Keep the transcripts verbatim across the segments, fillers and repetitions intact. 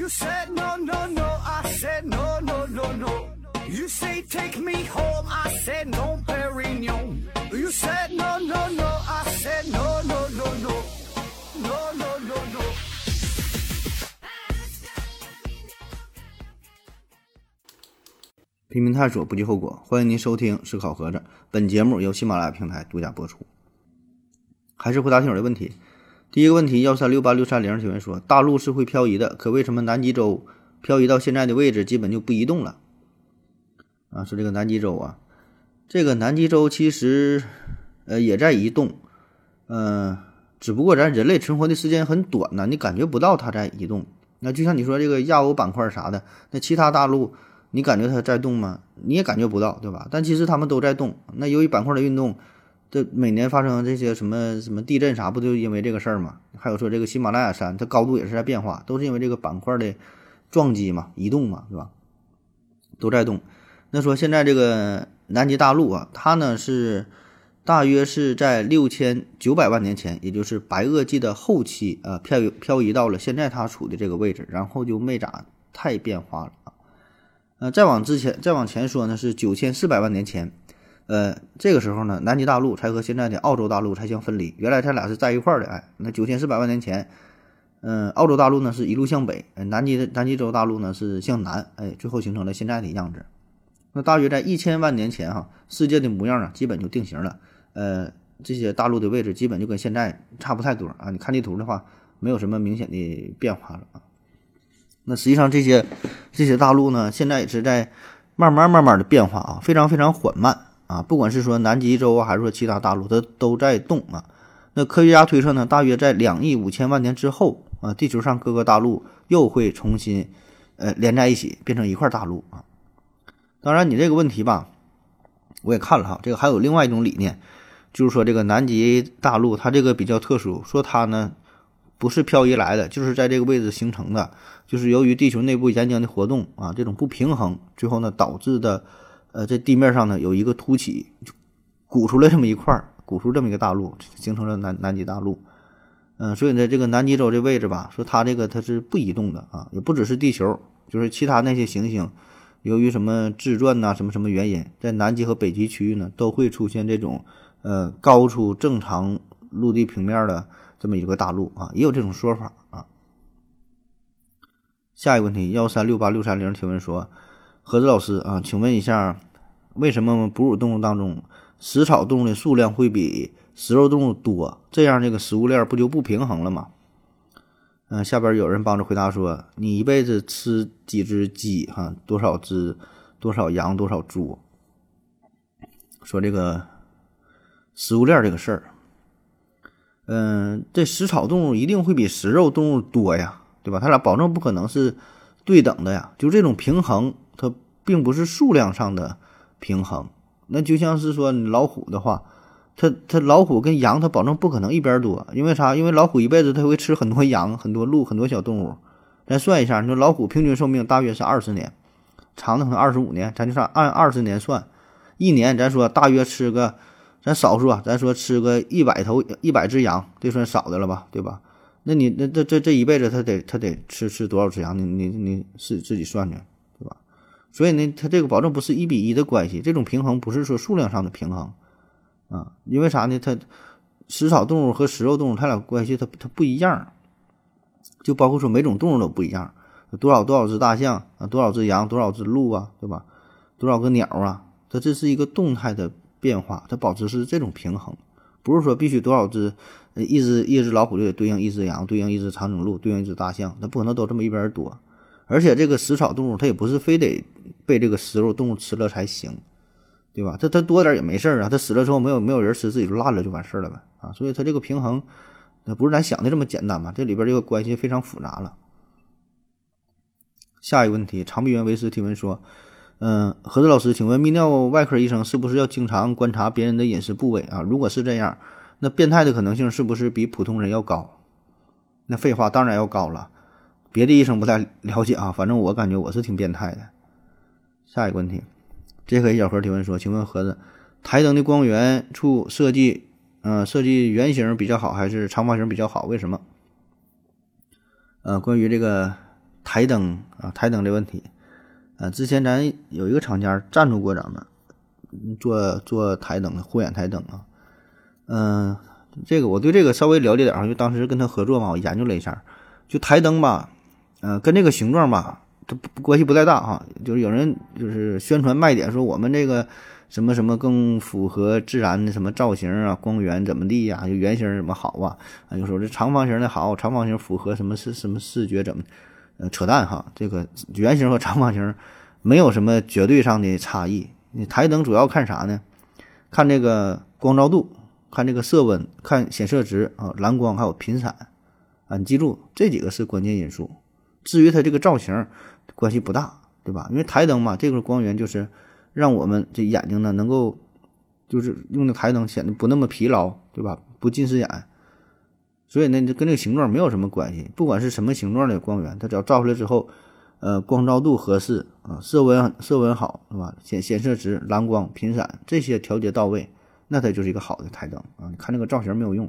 You said no, no, no, I said no, no, no, no. You say take me home, I said no, Perignon. You said no, no, no, I said no, no, no, no. No, no, no, no. 拼命探索，不计后果。欢迎您收听思考盒子，本节目由喜马拉雅平台独家播出。还是回答听友的问题。第一个问题，幺三六八六三零提问说，大陆是会漂移的，可为什么南极洲漂移到现在的位置基本就不移动了？啊，说这个南极洲啊，这个南极洲其实呃也在移动，嗯、呃，只不过咱人类存活的时间很短呢，你感觉不到它在移动。那就像你说这个亚欧板块啥的，那其他大陆你感觉它在动吗？你也感觉不到，对吧？但其实它们都在动。那由于板块的运动，这每年发生这些什么什么地震啥，不就因为这个事儿吗？还有说这个喜马拉雅山，它高度也是在变化，都是因为这个板块的撞击嘛，移动嘛，对吧？都在动。那说现在这个南极大陆啊，它呢是大约是在六千九百万年前，也就是白垩纪的后期啊，漂移漂移到了现在它处的这个位置，然后就没咋太变化了啊。呃，再往之前，再往前说呢，是九千四百万年前，呃，这个时候呢，南极大陆才和现在的澳洲大陆才相分离。原来它俩是在一块儿的，哎，那九千四百万年前，嗯、呃，澳洲大陆呢是一路向北，呃、南极的南极洲大陆呢是向南，哎，最后形成了现在的样子。那大约在一千万年前哈，世界的模样啊，基本就定型了。呃，这些大陆的位置基本就跟现在差不太多啊。你看地图的话，没有什么明显的变化了啊。那实际上这些这些大陆呢，现在也是在慢慢慢慢的变化啊，非常非常缓慢啊。不管是说南极洲啊，还是说其他大陆，它都在动啊。那科学家推测呢，大约在两亿五千万年之后啊，地球上各个大陆又会重新呃连在一起，变成一块大陆啊。当然，你这个问题吧，我也看了哈，这个还有另外一种理念，就是说这个南极大陆它这个比较特殊，说它呢不是漂移来的，就是在这个位置形成的，就是由于地球内部岩浆的活动啊，这种不平衡，最后呢导致的，呃，在地面上呢有一个凸起，就鼓出来这么一块，鼓出这么一个大陆，形成了南南极大陆。嗯、呃，所以呢，这个南极洲这位置吧，说它这个它是不移动的啊，也不只是地球，就是其他那些行星。由于什么自转呐、啊，什么什么原因，在南极和北极区域呢，都会出现这种呃高出正常陆地平面的这么一个大陆啊，也有这种说法啊。下一个问题，幺三六八六三零提问说，何子老师啊，请问一下，为什么哺乳动物当中食草动物的数量会比食肉动物多？这样这个食物链不就不平衡了吗？嗯、呃，下边有人帮着回答说，你一辈子吃几只鸡哈，多少只多少羊多少猪，说这个食物链这个事儿，嗯、呃，这食草动物一定会比食肉动物多呀，对吧？它俩保证不可能是对等的呀，就这种平衡它并不是数量上的平衡。那就像是说你老虎的话，它它老虎跟羊它保证不可能一边多，因为啥？因为老虎一辈子它会吃很多羊、很多鹿、很多小动物。咱算一下，你说老虎平均寿命大约是二十年，长的可能二十五年，咱就算按二十年算，一年咱说大约吃个，咱少数啊，咱说吃个一百头一百只羊，这算少的了吧，对吧？那你那这这这一辈子他得他得吃吃多少只羊？你你你是自己算去，对吧？所以呢，它这个保证不是一比一的关系，这种平衡不是说数量上的平衡。啊，因为啥呢？它食草动物和食肉动物，它俩关系它它不一样，就包括说每种动物都不一样，多少多少只大象啊，多少只羊，多少只鹿啊，对吧？多少个鸟啊，它这是一个动态的变化，它保持是这种平衡，不是说必须多少只，呃，一只一只老虎就得对应一只羊，对应一只长颈鹿，对应一只大象，它不可能都这么一边多。而且这个食草动物，它也不是非得被这个食肉动物吃了才行。对吧？它它多点也没事啊，它死了之后没有没有人吃，自己就烂了就完事了呗啊！所以它这个平衡，那不是咱想的这么简单嘛？这里边这个关系非常复杂了。下一个问题，长臂猿维斯提问说，嗯、呃，何子老师，请问泌尿外科医生是不是要经常观察别人的隐私部位啊？如果是这样，那变态的可能性是不是比普通人要高？那废话当然要高了，别的医生不太了解啊，反正我感觉我是挺变态的。下一个问题。这个小盒提问说，请问盒子，台灯的光源处设计，呃，设计圆形比较好，还是长方形比较好？为什么？呃，关于这个台灯啊，台灯的问题啊，之前咱有一个厂家赞助过咱们做做台灯的护眼台灯啊，嗯、呃，这个我对这个稍微了解点啊，因为当时跟他合作嘛，我研究了一下，就台灯吧，呃，跟这个形状吧，它不关系不太大哈，就是有人就是宣传卖点说我们这个什么什么更符合自然的什么造型啊，光源怎么地呀、啊，就圆形怎么好啊，啊，有时候这长方形的好，长方形符合什么视什么视觉怎么，呃，扯淡哈，这个圆形和长方形没有什么绝对上的差异。你台灯主要看啥呢？看这个光照度，看这个色温，看显色值啊，蓝光还有频闪啊，你记住这几个是关键因素。至于它这个造型关系不大，对吧？因为台灯嘛，这个光源就是让我们这眼睛呢能够，就是用的台灯显得不那么疲劳，对吧？不近视眼，所以呢，跟这个形状没有什么关系。不管是什么形状的光源，它只要照出来之后，呃，光照度合适啊，色温色温好，对吧？显显色值、蓝光、频闪这些调节到位，那它就是一个好的台灯啊。你看这个造型没有用。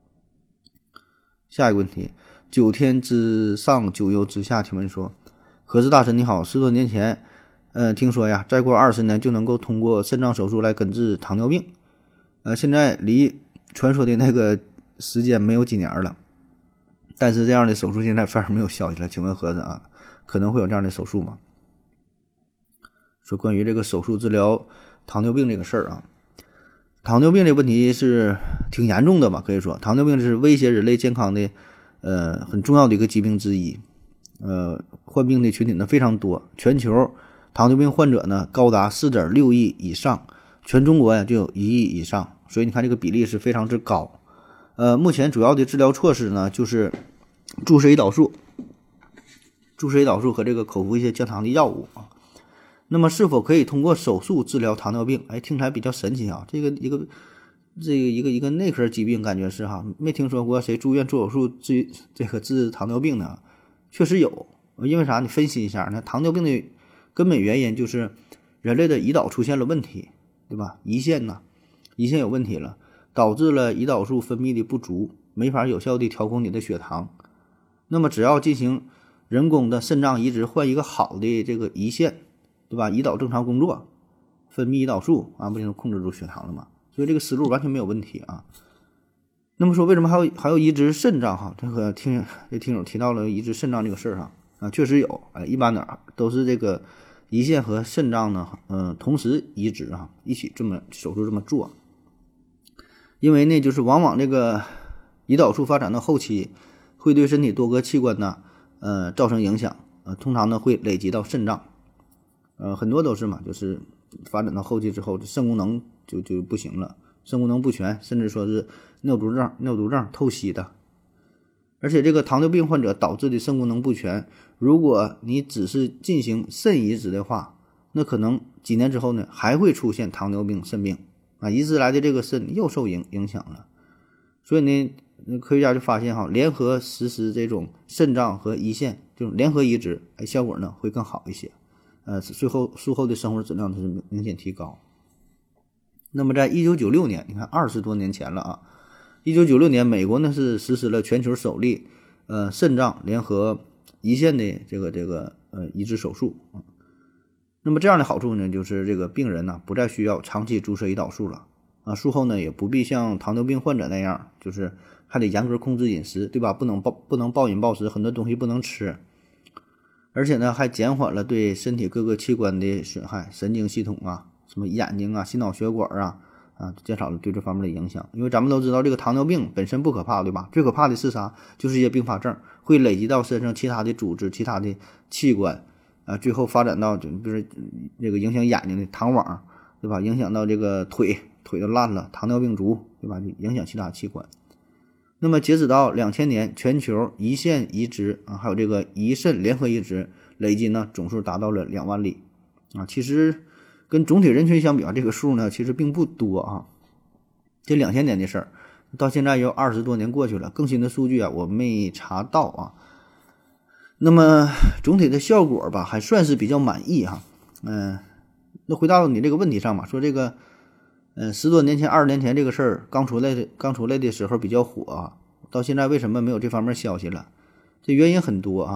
下一个问题，九天之上九幽之下提问说，何子大神你好，十多年前，呃，听说呀，再过二十年就能够通过肾脏手术来根治糖尿病，呃，现在离传说的那个时间没有几年了，但是这样的手术现在反而没有消息了，请问何子啊？可能会有这样的手术吗？说关于这个手术治疗糖尿病这个事儿啊，糖尿病这问题是挺严重的吧？可以说，糖尿病是威胁人类健康的呃很重要的一个疾病之一。呃，患病的群体呢非常多，全球糖尿病患者呢高达 四点六亿以上，全中国呀就有一亿以上，所以你看这个比例是非常之高。呃，目前主要的治疗措施呢就是注射胰岛素。注射胰岛素和这个口服一些降糖的药物啊，那么是否可以通过手术治疗糖尿病？哎，听起来比较神奇啊！这个一个这个一个一个内科疾病，感觉是哈，没听说过谁住院做手术治这个治糖尿病的，确实有。因为啥？你分析一下，那糖尿病的根本原因就是人类的胰岛出现了问题，对吧？胰腺呐，胰腺有问题了，导致了胰岛素分泌的不足，没法有效的调控你的血糖。那么只要进行人工的肾脏移植，换一个好的这个胰腺，对吧？胰岛正常工作，分泌胰岛素啊，不就能控制住血糖了吗？所以这个思路完全没有问题啊。那么说，为什么还有还有移植肾脏哈？这个听这听友提到了移植肾脏这个事儿哈啊，确实有，哎，一般的都是这个胰腺和肾脏呢，嗯、呃，同时移植啊，一起这么手术这么做。因为呢，就是往往这个胰岛素发展到后期，会对身体多个器官呢。呃，造成影响，呃，通常呢会累积到肾脏，呃，很多都是嘛，就是发展到后期之后，肾功能就就不行了，肾功能不全，甚至说是尿毒症、尿毒症、透析的。而且这个糖尿病患者导致的肾功能不全，如果你只是进行肾移植的话，那可能几年之后呢还会出现糖尿病肾病啊，移植来的这个肾又受影影响了，所以呢。科学家就发现哈，联合实施这种肾脏和胰腺这种联合移植，哎，效果呢会更好一些，呃，最后术后的生活质量是明显提高。那么在一九九六年，你看二十多年前了啊，一九九六年美国呢是实施了全球首例呃肾脏联合胰腺的这个这个呃移植手术啊。那么这样的好处呢，就是这个病人呢不再需要长期注射胰岛素了啊，术后呢也不必像糖尿病患者那样，就是还得严格控制饮食，对吧？不能暴不能暴饮暴食，很多东西不能吃，而且呢还减缓了对身体各个器官的损害，神经系统啊，什么眼睛啊、心脑血管啊啊，减少了对这方面的影响。因为咱们都知道这个糖尿病本身不可怕，对吧？最可怕的是啥？就是一些并发症会累积到身上其他的组织、其他的器官啊，最后发展到就比如这个影响眼睛的糖网，对吧？影响到这个腿，腿都烂了，糖尿病足，对吧？影响其他器官。那么截止到两千年，全球胰腺移植啊，还有这个胰肾联合移植累计呢总数达到了两万例啊。其实跟总体人群相比啊，这个数呢其实并不多啊。这两千年的事儿，到现在有二十多年过去了，更新的数据啊我没查到啊。那么总体的效果吧，还算是比较满意哈。嗯、呃，那回到你这个问题上嘛，说这个。嗯，十多年前、二十年前这个事儿刚出来的，刚出来的时候比较火啊，到现在为什么没有这方面消息了？这原因很多啊。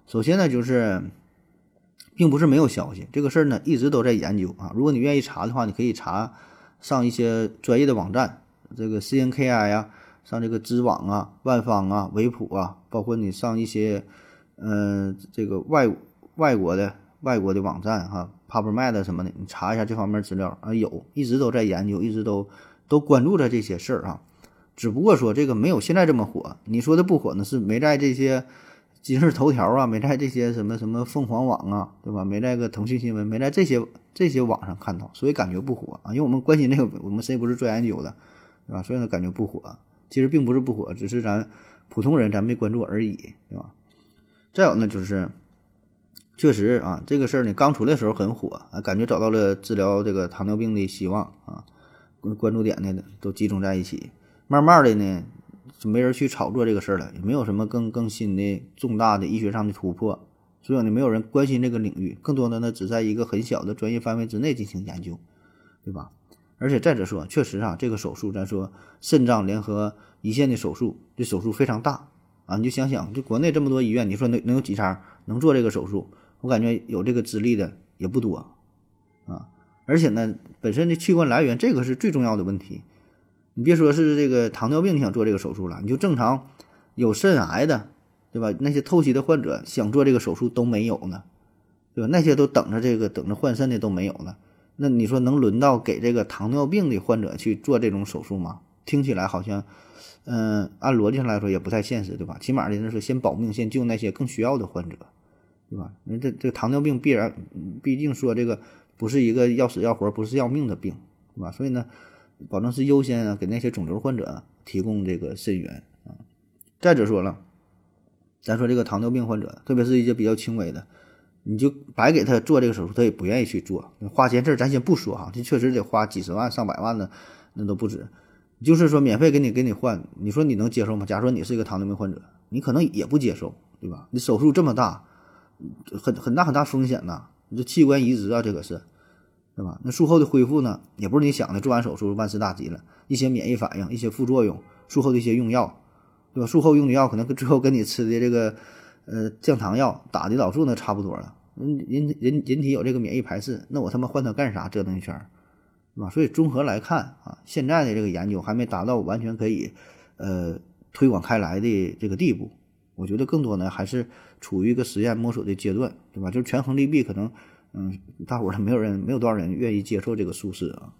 首先呢，就是并不是没有消息，这个事儿呢一直都在研究啊。如果你愿意查的话，你可以查上一些专业的网站，这个 C N K I 啊，上这个知网啊、万方啊、维普啊，包括你上一些呃这个外外国的外国的网站哈、啊、，PubMed 什么的，你查一下这方面资料啊，有一直都在研究，一直都都关注着这些事儿啊。只不过说这个没有现在这么火，你说的不火呢，是没在这些今日头条啊，没在这些什么什么凤凰网啊，对吧？没在个腾讯新闻，没在这些这些网上看到，所以感觉不火啊。因为我们关心这个，我们谁不是做研究的，对吧？所以呢，感觉不火。其实并不是不火，只是咱普通人咱没关注而已，对吧？再有呢，就是确实啊，这个事儿呢刚出来的时候很火啊，感觉找到了治疗这个糖尿病的希望啊，关注点呢都集中在一起。慢慢的呢，就没人去炒作这个事儿了，也没有什么更更新的重大的医学上的突破，所以呢，没有人关心这个领域，更多的呢只在一个很小的专业范围之内进行研究，对吧？而且再者说，确实啊，这个手术咱说肾脏联合胰腺的手术，这手术非常大啊，你就想想，就国内这么多医院，你说能能有几家能做这个手术？我感觉有这个资历的也不多啊。而且呢，本身的器官来源这个是最重要的问题。你别说是这个糖尿病，你想做这个手术了，你就正常有肾癌的，对吧？那些透析的患者想做这个手术都没有呢，对吧？那些都等着这个等着换肾的都没有呢。那你说能轮到给这个糖尿病的患者去做这种手术吗？听起来好像，嗯、呃，按逻辑上来说也不太现实，对吧？起码的是先保命，先救那些更需要的患者，对吧？那这这个糖尿病必然，毕竟说这个不是一个要死要活、不是要命的病，对吧？所以呢，保证是优先啊，给那些肿瘤患者提供这个肾源啊。再者说了，咱说这个糖尿病患者，特别是一些比较轻微的，你就白给他做这个手术，他也不愿意去做，花钱事儿咱先不说哈，这确实得花几十万、上百万的，那都不止。就是说免费给你给你换，你说你能接受吗？假如说你是一个糖尿病患者，你可能也不接受，对吧？你手术这么大，很很大很大风险呐，你这器官移植啊，这个是。对吧？那术后的恢复呢，也不是你想的，做完手术万事大吉了，一些免疫反应、一些副作用，术后的一些用药，对吧？术后用的药可能最后跟你吃的这个呃降糖药、打胰岛素呢差不多了。人人人人体有这个免疫排斥，那我他妈换它干啥？折腾一圈，对吧？所以综合来看啊，现在的这个研究还没达到完全可以呃推广开来的这个地步。我觉得更多呢还是处于一个实验摸索的阶段，对吧？就是权衡利弊，可能。嗯，大伙儿没有人，没有多少人愿意接受这个术式啊。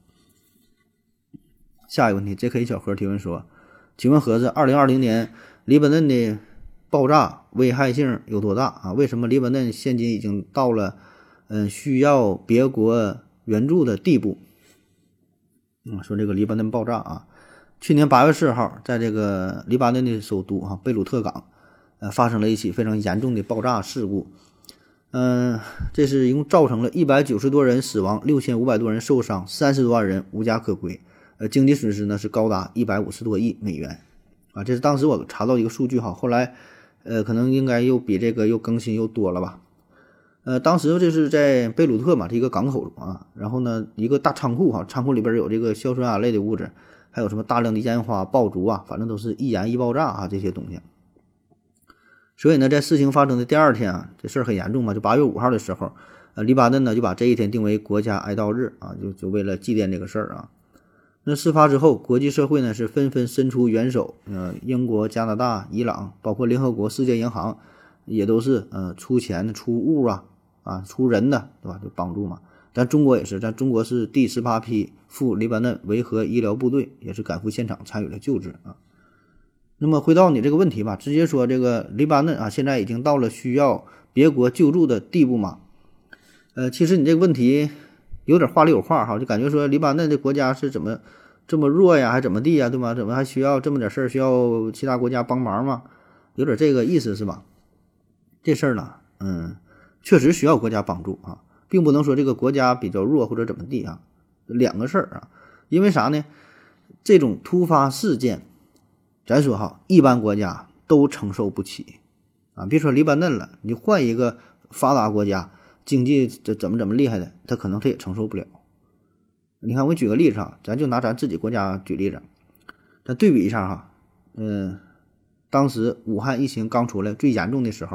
下一个问题 ，J K 小何提问说：“请问盒子，二零二零年黎巴嫩的爆炸危害性有多大啊？为什么黎巴嫩现今已经到了嗯需要别国援助的地步？”嗯，说这个黎巴嫩爆炸啊，去年八月四号，在这个黎巴嫩的首都啊贝鲁特港，呃，发生了一起非常严重的爆炸事故。嗯，这是一共造成了一百九十多人死亡，六千五百多人受伤，三十多万人无家可归。呃，经济损失呢是高达一百五十多亿美元，啊，这是当时我查到一个数据哈，后来，呃，可能应该又比这个又更新又多了吧。呃，当时这是在贝鲁特嘛，这一个港口啊，然后呢，一个大仓库哈，仓库里边有这个硝酸铵类的物质，还有什么大量的烟花爆竹啊，反正都是易燃易爆炸啊这些东西。所以呢，在事情发生的第二天啊，这事儿很严重嘛，就八月五号的时候，呃，黎巴嫩呢就把这一天定为国家哀悼日啊，就就为了祭奠这个事儿啊。那事发之后，国际社会呢是纷纷伸出援手，呃，英国、加拿大、伊朗，包括联合国、世界银行，也都是呃出钱、出物啊，啊出人的，对吧？就帮助嘛。咱中国也是，咱中国是第十八批赴黎巴嫩维和医疗部队，也是赶赴现场参与了救治啊。那么回到你这个问题吧，直接说这个黎巴嫩啊，现在已经到了需要别国救助的地步嘛？呃，其实你这个问题有点话里有话哈，就感觉说黎巴嫩这国家是怎么这么弱呀，还怎么地呀，对吗？怎么还需要这么点事儿需要其他国家帮忙吗？有点这个意思是吧？这事儿呢，嗯，确实需要国家帮助啊，并不能说这个国家比较弱或者怎么地啊，两个事儿啊，因为啥呢？这种突发事件。咱说哈，一般国家都承受不起啊！别说黎巴嫩了，你换一个发达国家，经济这怎么怎么厉害的，他可能他也承受不了。你看，我举个例子啊，咱就拿咱自己国家举例子，咱对比一下哈，嗯，当时武汉疫情刚出来最严重的时候，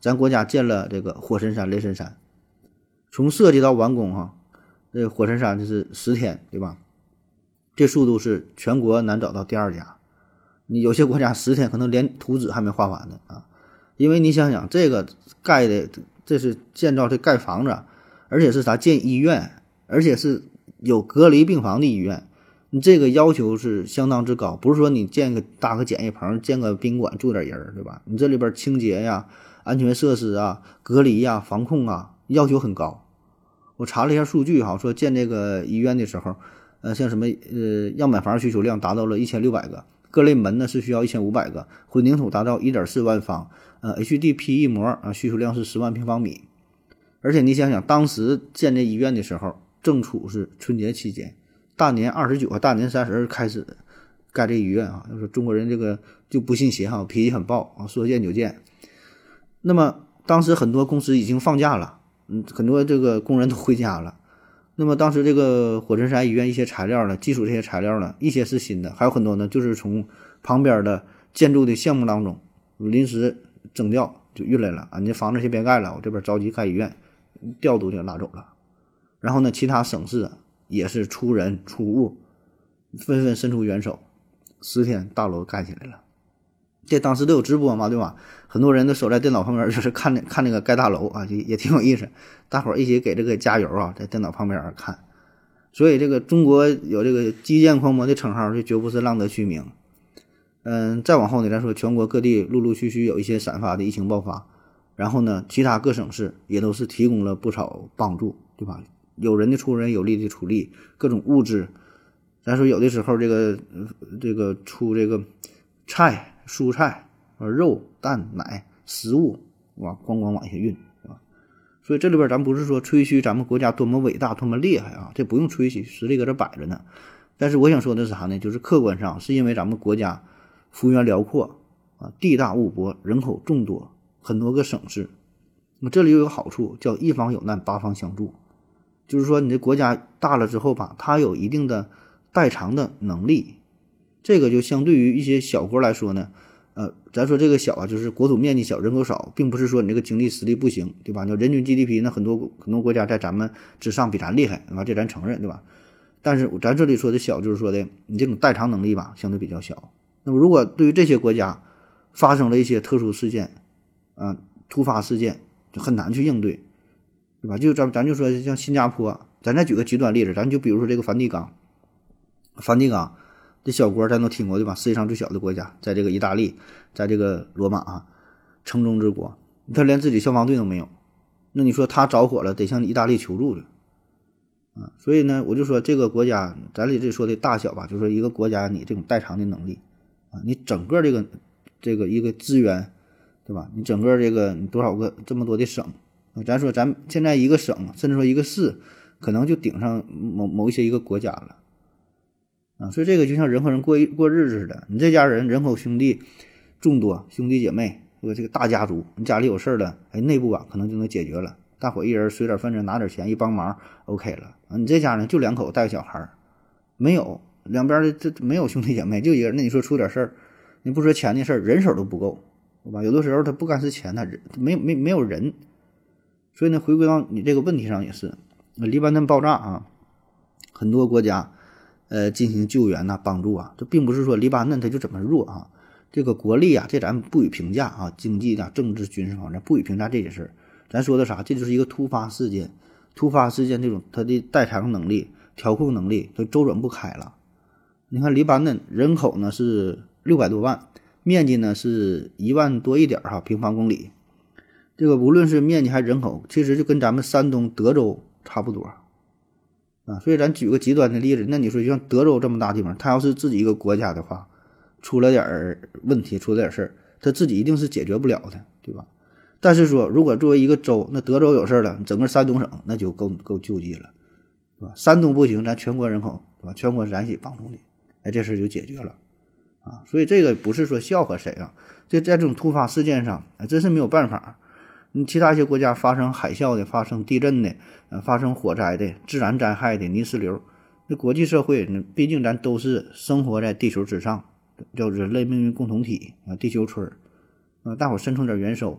咱国家建了这个火神山、雷神山，从设计到完工哈，这火神山就是十天，对吧？这速度是全国难找到第二家。你有些国家十天可能连图纸还没画完呢啊！因为你想想，这个盖的这是建造这盖房子，而且是啥建医院，而且是有隔离病房的医院，你这个要求是相当之高，不是说你建个搭个简易棚、建个宾馆住点人，对吧？你这里边清洁呀、安全设施啊、隔离呀、防控啊，要求很高。我查了一下数据哈，说建这个医院的时候，呃，像什么呃样板房需求量达到了一千六百个。各类门呢是需要一千五百个，混凝土达到 一点四万方，呃 H D P E 膜啊需求量是十万平方米。而且你想想，当时建这医院的时候，正处是春节期间，大年二十九和大年三十开始盖这医院啊。要说中国人这个就不信邪哈，脾气很暴啊，说建就建。那么当时很多公司已经放假了，嗯，很多这个工人都回家了。那么当时这个火神山医院一些材料呢，基础这些材料呢，一些是新的，还有很多呢就是从旁边的建筑的项目当中临时征调就运来了啊，你这房子先别盖了，我这边着急盖医院，调度就拿走了。然后呢，其他省市也是出人出物，纷纷伸出援手，十天大楼盖起来了。这当时都有直播嘛，对吧？很多人都守在电脑旁边，就是看那看那个盖大楼啊，就也挺有意思。大伙儿一起给这个加油啊，在电脑旁边看。所以这个中国有这个基建狂魔的称号，就绝不是浪得虚名。嗯，再往后呢，咱说全国各地陆陆续续有一些散发的疫情爆发，然后呢，其他各省市也都是提供了不少帮助，对吧？有人的出人，有力的出力，各种物资。咱说有的时候这个这个出这个菜。蔬菜、肉、蛋、奶、食物，哇，咣咣往下运，是吧？所以这里边咱不是说吹嘘咱们国家多么伟大、多么厉害啊，这不用吹嘘，实力搁这摆着呢。但是我想说的是啥呢？就是客观上是因为咱们国家幅员辽阔啊，地大物博，人口众多，很多个省市。那么这里又有好处，叫一方有难，八方相助。就是说你这国家大了之后吧，它有一定的代偿的能力。这个就相对于一些小国来说呢，呃，咱说这个小啊，就是国土面积小，人口少，并不是说你这个经济实力不行，对吧？你人均 G D P 呢，很多很多国家在咱们之上，比咱厉害，对吧？这咱承认，对吧？但是咱这里说的小，就是说的你这种代偿能力吧，相对比较小。那么如果对于这些国家发生了一些特殊事件，啊、呃，突发事件，就很难去应对，对吧？就咱咱就说像新加坡，咱再举个极端例子，咱就比如说这个梵蒂冈，梵蒂冈。这小国咱都听过对吧？世界上最小的国家，在这个意大利，在这个罗马啊，城中之国，他连自己消防队都没有，那你说他着火了，得向意大利求助了啊。所以呢，我就说这个国家，咱里这说的大小吧，就说一个国家你这种代偿的能力啊，你整个这个这个一个资源，对吧？你整个这个你多少个这么多的省啊，咱说咱现在一个省，甚至说一个市，可能就顶上某某一些一个国家了。啊，所以这个就像人和人过一过日子似的，你这家人人口兄弟众多，兄弟姐妹，这个这个大家族，你家里有事儿了，哎，内部啊可能就能解决了，大伙一人随点份子，拿点钱一帮忙 ，OK 了。啊，你这家呢就两口带个小孩，没有两边的这没有兄弟姐妹，就一个人，那你说出点事儿，你不说钱的事儿，人手都不够，对吧？有的时候他不干是钱，他人没没没有人，所以呢，回归到你这个问题上也是，黎巴嫩爆炸啊，很多国家。呃，进行救援呐、啊，帮助啊，这并不是说黎巴嫩它就怎么弱啊，这个国力啊，这咱不予评价啊，经济啊、政治、军事方面不予评价这些事儿。咱说的啥？这就是一个突发事件，突发事件这种它的代偿能力、调控能力都周转不开了。你看黎巴嫩人口呢是六百多万，面积呢是一万多一点哈平方公里，这个无论是面积还是人口，其实就跟咱们山东德州差不多。啊，所以咱举个极端的例子，那你说像德州这么大地方，他要是自己一个国家的话，出了点问题，出了点事儿，他自己一定是解决不了的，对吧？但是说，如果作为一个州，那德州有事了，整个山东省那就够够救济了，对吧？山东不行，咱全国人口，对吧？全国咱一起帮助你，哎，这事就解决了，啊，所以这个不是说笑话谁啊，这在这种突发事件上，哎，真是没有办法。你其他一些国家发生海啸的、发生地震的、呃、发生火灾的、自然灾害的、泥石流，那国际社会，毕竟咱都是生活在地球之上，叫人类命运共同体啊，地球村啊，大伙伸出点援手，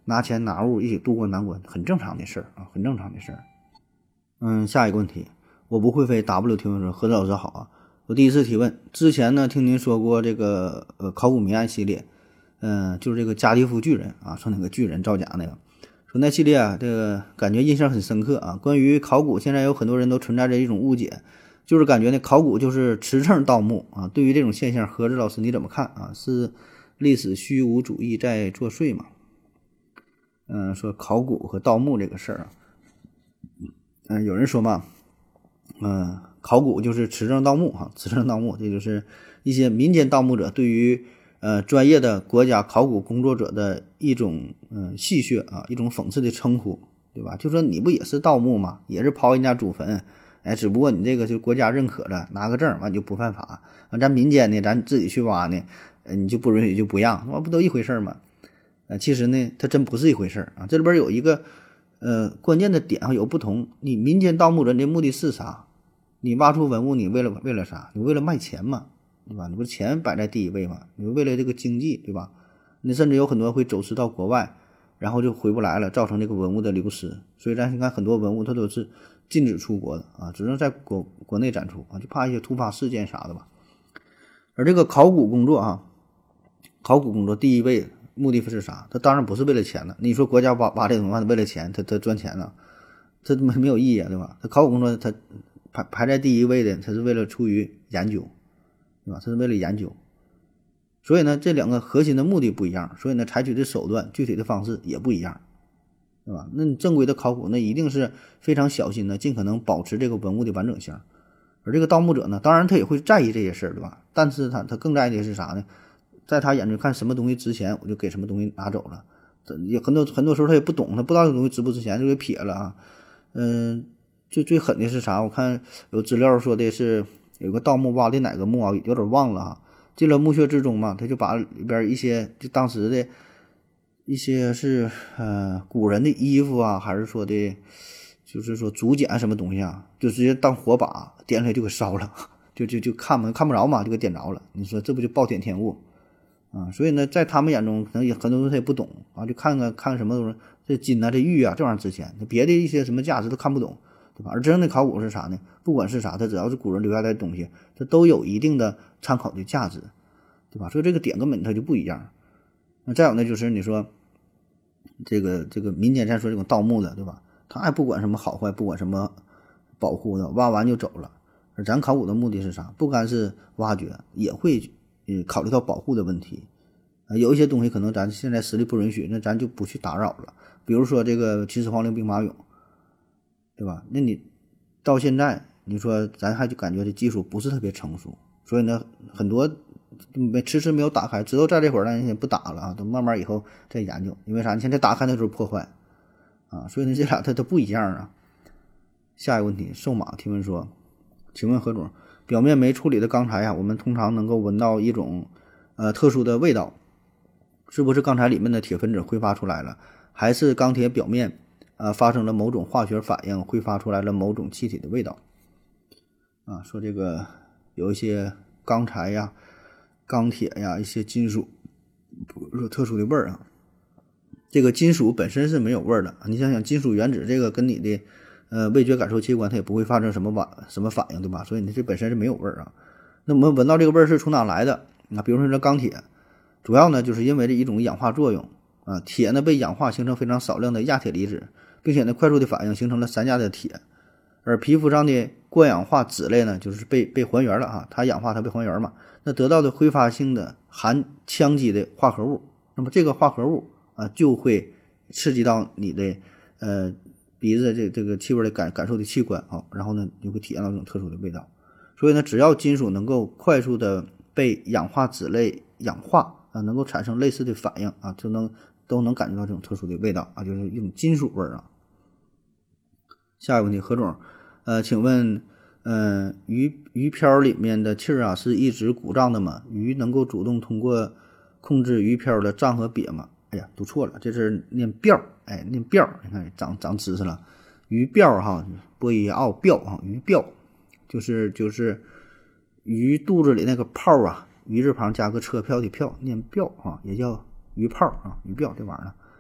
拿钱拿物一起渡过难关，很正常的事儿啊，很正常的事儿。嗯，下一个问题，我不会飞 W 提问说，何子老师好啊，我第一次提问，之前呢听您说过这个呃考古谜案系列，嗯、呃，就是这个加利夫巨人啊，说那个巨人造假那个，说那系列啊，这个感觉印象很深刻啊。关于考古，现在有很多人都存在着一种误解，就是感觉呢考古就是驰骋盗墓啊。对于这种现象，何子老师你怎么看啊？是历史虚无主义在作祟吗？嗯、呃，说考古和盗墓这个事儿啊，嗯、呃，有人说嘛，嗯、呃，考古就是驰骋盗墓哈，驰骋盗墓，这就是一些民间盗墓者对于呃专业的国家考古工作者的一种嗯、呃、戏谑啊，一种讽刺的称呼，对吧？就说你不也是盗墓吗？也是刨人家祖坟，哎，只不过你这个就国家认可了，拿个证完就不犯法，啊，咱民间呢，咱自己去挖呢，呃，你就不允许就不让，那不都一回事吗？呃，其实呢，它真不是一回事啊。这里边有一个呃关键的点啊，有不同。你民间盗墓人的目的是啥？你挖出文物，你为了为了啥？你为了卖钱嘛，对吧？你不是钱摆在第一位嘛？你为了这个经济，对吧？你甚至有很多会走私到国外，然后就回不来了，造成这个文物的流失。所以咱看很多文物它都是禁止出国的啊，只能在国国内展出啊，就怕一些突发事件啥的吧。而这个考古工作啊，考古工作第一位目的是啥？它当然不是为了钱了。你说国家挖挖这东西为了钱，它它赚钱了，这没没有意义啊，对吧？它考古工作它排排在第一位的，它是为了出于研究，对吧？它是为了研究。所以呢，这两个核心的目的不一样，所以呢，采取的手段、具体的方式也不一样，对吧？那你正规的考古，那一定是非常小心的，尽可能保持这个文物的完整性。而这个盗墓者呢，当然他也会在意这些事儿，对吧？但是他他更在意的是啥呢？在他眼中看什么东西值钱，我就给什么东西拿走了。也很多很多时候他也不懂，他不知道这东西值不值钱，就给撇了啊。嗯，最最狠的是啥？我看有资料说的是有个盗墓挖的哪个墓啊，有点忘了啊。进了墓穴之中嘛，他就把里边一些就当时的一些是呃古人的衣服啊，还是说的，就是说竹简什么东西啊，就直接当火把点出来就给烧了，就就就看不看不着嘛，就给点着了。你说这不就暴殄天物？啊，所以呢，在他们眼中，可能也很多人他也不懂啊，就看看看什么东西，这金啊，这玉啊，这玩意儿值钱，别的一些什么价值都看不懂，对吧？而真正的考古是啥呢？不管是啥，它只要是古人留下来的东西，它都有一定的参考的价值，对吧？所以这个点根本它就不一样。那再有呢，就是你说这个这个民间咱说这种盗墓的，对吧？他也不管什么好坏，不管什么保护的，挖完就走了。而咱考古的目的是啥？不单是挖掘，也会呃考虑到保护的问题。啊，有一些东西可能咱现在实力不允许，那咱就不去打扰了。比如说这个秦始皇陵兵马俑，对吧？那你到现在你说咱还就感觉这技术不是特别成熟，所以呢很多没迟迟没有打开，直到在这会儿呢也不打了啊，等慢慢以后再研究。因为啥？你现在打开的时候破坏啊，所以呢这俩它它不一样啊。下一个问题，瘦马提问说，请问何总，表面没处理的钢材啊，我们通常能够闻到一种呃特殊的味道，是不是钢材里面的铁分子挥发出来了，还是钢铁表面呃发生了某种化学反应，挥发出来了某种气体的味道？啊，说这个有一些钢材呀、钢铁呀、一些金属有特殊的味儿啊。这个金属本身是没有味儿的，你想想金属原子这个跟你的呃味觉感受器官它也不会发生什么反什么反应，对吧？所以你这本身是没有味儿啊。那我们闻到这个味儿是从哪来的？那比如说这钢铁，主要呢就是因为这一种氧化作用啊，铁呢被氧化形成非常少量的亚铁离子，并且呢快速的反应形成了三价的铁。而皮肤上的过氧化酯类呢，就是被被还原了啊，它氧化它被还原嘛，那得到的挥发性的含羟基的化合物，那么这个化合物啊就会刺激到你的呃鼻子这这个气味的感感受的器官啊，然后呢就会体验到这种特殊的味道。所以呢，只要金属能够快速的被氧化酯类氧化啊，能够产生类似的反应啊，就能都能感觉到这种特殊的味道啊，就是一种金属味儿啊。下一个问题，何总，呃，请问，呃，鱼鱼漂里面的气儿啊，是一直鼓胀的吗？鱼能够主动通过控制鱼漂的胀和瘪吗？哎呀，读错了，这是念鳔，哎，念鳔，你看长长知识了，鱼鳔哈，波一奥鳔哈，鱼鳔就是就是鱼肚子里那个泡啊，鱼字旁加个车票的票，念鳔哈，也叫鱼泡啊，鱼鳔这玩意儿。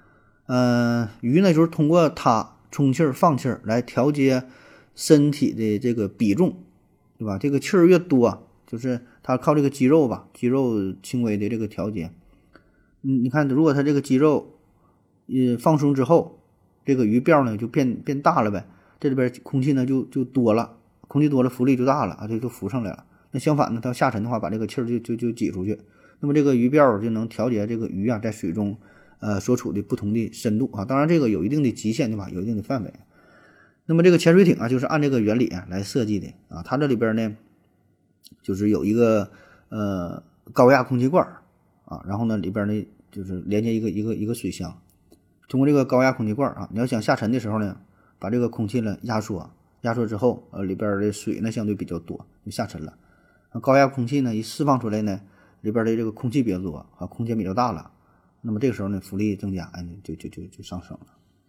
呃，鱼呢就是通过它充气儿放气儿来调节身体的这个比重，对吧？这个气儿越多，就是它靠这个肌肉吧，肌肉轻微的这个调节。嗯，你看，如果它这个肌肉呃放松之后，这个鱼鳔呢就变变大了呗，这里边空气呢就就多了，空气多了浮力就大了啊，这就浮上来了。那相反呢，它下沉的话，把这个气儿就就就挤出去，那么这个鱼鳔就能调节这个鱼啊在水中呃所处的不同的深度啊，当然这个有一定的极限，对吧？有一定的范围。那么这个潜水艇啊，就是按这个原理啊来设计的啊，它这里边呢就是有一个呃高压空气罐啊，然后呢里边呢就是连接一个一个一个水箱，通过这个高压空气罐啊，你要想下沉的时候呢，把这个空气呢压缩，压缩之后呃里边的水呢相对比较多，就下沉了。高压空气呢一释放出来呢，里边的这个空气比较多啊，空间比较大了，那么这个时候呢浮力增加，哎，就就就就上升了。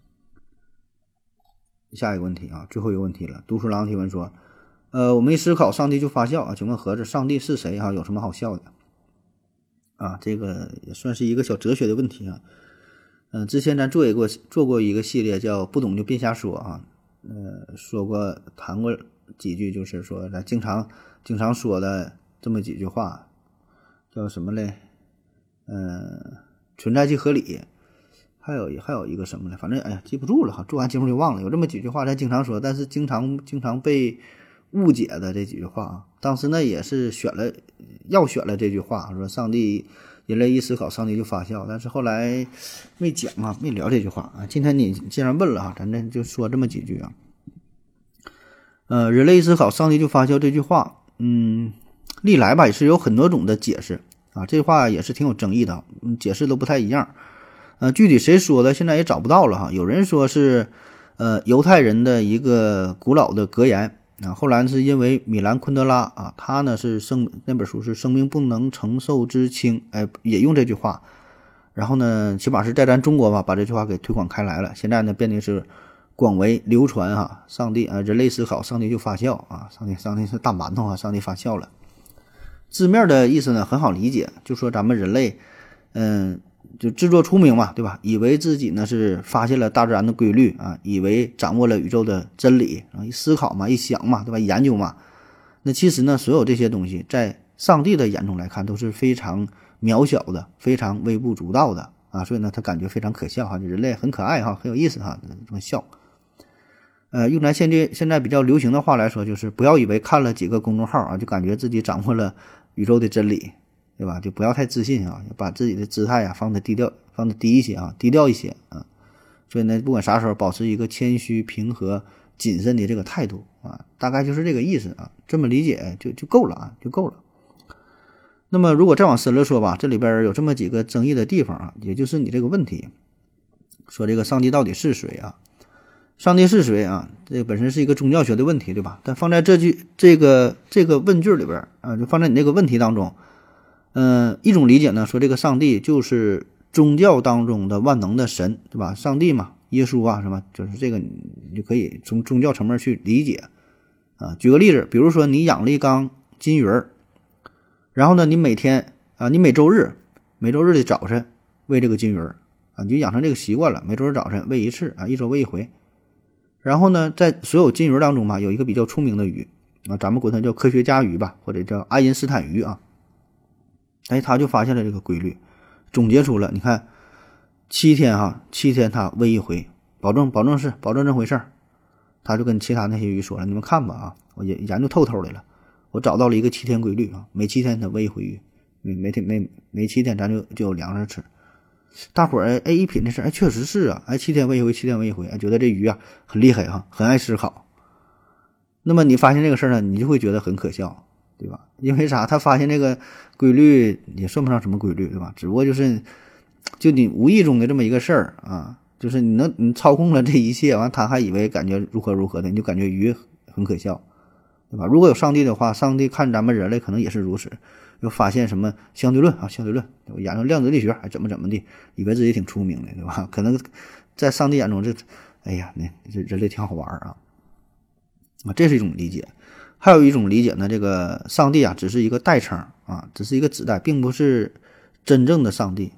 下一个问题啊，最后一个问题了。读书郎提问说，呃，我们一思考上帝就发笑啊，请问盒子，上帝是谁啊？有什么好笑的？啊，这个也算是一个小哲学的问题啊。嗯、呃，之前咱做一过做过一个系列叫不懂就别瞎说啊，呃，说过谈过几句，就是说咱经常经常说的这么几句话，叫什么嘞？呃，存在即合理。还有还有一个什么呢？反正哎呀记不住了哈，做完节目就忘了。有这么几句话咱经常说，但是经常经常被误解的这几句话啊。当时呢也是选了要选了这句话，说上帝人类一思考上帝就发笑，但是后来没讲啊，没聊这句话啊。今天你既然问了哈，咱这就说这么几句啊。呃，人类一思考上帝就发笑这句话，嗯，历来吧也是有很多种的解释啊，这句话也是挺有争议的，嗯，解释都不太一样。呃，具体谁说的现在也找不到了哈。有人说是，呃，犹太人的一个古老的格言啊。后来是因为米兰昆德拉啊，他呢是生那本书是《生命不能承受之轻》，哎，也用这句话。然后呢，起码是在咱中国吧，把这句话给推广开来了。现在呢，变得是广为流传哈。上帝啊，人类思考，上帝就发笑啊。上帝，上帝是大馒头啊，上帝发笑了。字面的意思呢很好理解，就说咱们人类，嗯。就自作聪明嘛，对吧？以为自己呢是发现了大自然的规律啊，以为掌握了宇宙的真理啊，一思考嘛，一想嘛，对吧？研究嘛，那其实呢，所有这些东西在上帝的眼中来看都是非常渺小的，非常微不足道的啊，所以呢，他感觉非常可笑哈，人类很可爱哈，很有意思哈，这么笑。呃，用咱现在现在比较流行的话来说，就是不要以为看了几个公众号啊，就感觉自己掌握了宇宙的真理。对吧？就不要太自信啊，把自己的姿态啊放得低调，放得低一些啊，低调一些啊。所以呢，不管啥时候保持一个谦虚、平和、谨慎的这个态度啊，大概就是这个意思啊。这么理解就就够了啊，就够了。那么如果再往深了说吧，这里边有这么几个争议的地方啊，也就是你这个问题，说这个上帝到底是谁啊？上帝是谁啊？这个本身是一个宗教学的问题，对吧？但放在这句这个这个问句里边啊，就放在你这个问题当中。嗯、呃，一种理解呢，说这个上帝就是宗教当中的万能的神，对吧？上帝嘛，耶稣啊，什么，就是这个你就可以从宗教层面去理解啊。举个例子，比如说你养了一缸金鱼儿，然后呢，你每天啊，你每周日每周日的早晨喂这个金鱼儿啊，你就养成这个习惯了，每周日早晨喂一次啊，一周喂一回。然后呢，在所有金鱼当中嘛，有一个比较出名的鱼啊，咱们管它叫科学家鱼吧，或者叫爱因斯坦鱼啊。哎，他就发现了这个规律，总结出了，你看，七天哈，七天他喂一回，保证保证是保证这回事儿。他就跟其他那些鱼说了，你们看吧啊，我也研究透透的了，我找到了一个七天规律啊，每七天他喂一回鱼，每每天每每七天咱就就有粮食吃。大伙儿哎一品这事，哎确实是啊，哎七天喂一回，七天喂一回，哎觉得这鱼啊很厉害哈，很爱思考。那么你发现这个事儿呢，你就会觉得很可笑。对吧？因为啥？他发现这个规律也算不上什么规律，对吧？只不过就是，就你无意中的这么一个事儿啊，就是你能你操控了这一切，完他还以为感觉如何如何的，你就感觉鱼很可笑，对吧？如果有上帝的话，上帝看咱们人类可能也是如此，又发现什么相对论啊，相对论，研究量子力学，还怎么怎么的，以为自己挺出名的，对吧？可能在上帝眼中这，哎呀，那这人类挺好玩啊，啊，这是一种理解。还有一种理解呢，这个上帝啊只是一个代称啊，只是一个指代，并不是真正的上帝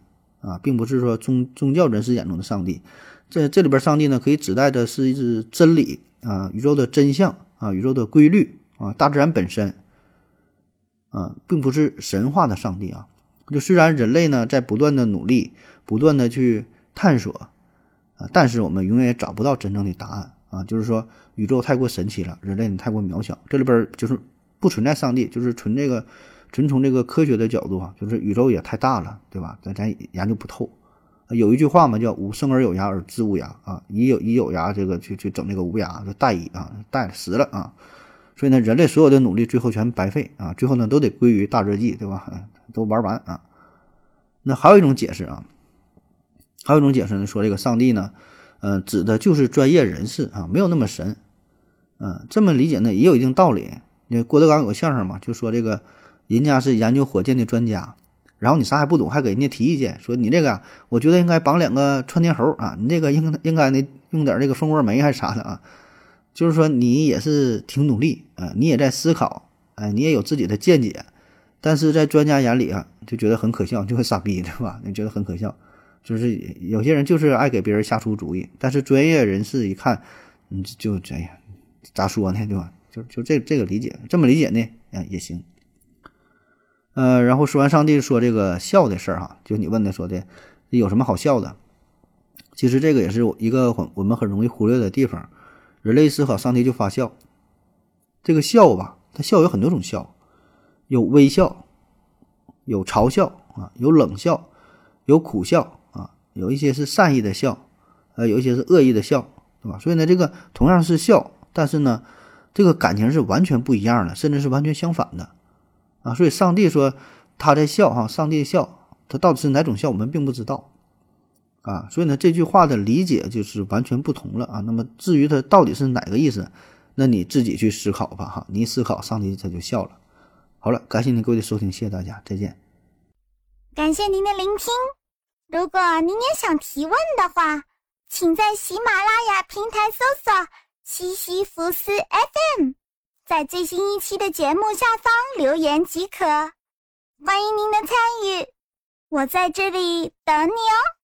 啊，并不是说宗宗教人士眼中的上帝。这这里边上帝呢，可以指代的是一是真理啊，宇宙的真相啊，宇宙的规律啊，大自然本身啊，并不是神话的上帝啊。就虽然人类呢在不断的努力，不断的去探索啊，但是我们永远也找不到真正的答案啊。就是说，宇宙太过神奇了，人类太过渺小。这里边就是不存在上帝，就是纯这个纯从这个科学的角度啊，就是宇宙也太大了，对吧？咱咱研究不透。有一句话嘛，叫无生而有涯而知无涯啊，一有一有涯这个去去整这个无涯，就殆矣啊，殆了死了啊。所以呢，人类所有的努力最后全白费啊，最后呢都得归于大热季，对吧？都玩完啊。那还有一种解释啊，还有一种解释呢，说这个上帝呢，呃，指的就是专业人士啊，没有那么神。嗯、呃，这么理解呢也有一定道理。那郭德纲有个相声嘛，就说这个人家是研究火箭的专家。然后你啥也不懂，还给人家提意见，说你这个，我觉得应该绑两个窜天猴啊，你这个应应该呢用点这个蜂窝煤还是啥的啊？就是说你也是挺努力啊，你也在思考，哎，你也有自己的见解，但是在专家眼里啊，就觉得很可笑，就很傻逼，对吧？你觉得很可笑，就是有些人就是爱给别人下出主意，但是专业人士一看，嗯，就这样，咋说呢，对吧？就就这这个理解，这么理解呢，啊也行。呃，然后说完上帝说这个笑的事儿哈，就你问的说的有什么好笑的？其实这个也是一个很我们很容易忽略的地方。人类思考，上帝就发笑。这个笑吧，它笑有很多种笑，有微笑，有嘲笑啊，有冷笑，有苦笑啊，有一些是善意的笑，呃，有一些是恶意的笑，对吧？所以呢，这个同样是笑，但是呢，这个感情是完全不一样的，甚至是完全相反的。啊，所以上帝说他在笑哈，上帝笑，他到底是哪种笑，我们并不知道啊。所以呢，这句话的理解就是完全不同了啊。那么至于它到底是哪个意思，那你自己去思考吧哈。你一思考，上帝他就笑了。好了，感谢您各位的收听，谢谢大家，再见。 感谢您的聆听。如果您也想提问的话，请在喜马拉雅平台搜索西西弗斯 F M。在最新一期的节目下方留言即可，欢迎您的参与，我在这里等你哦。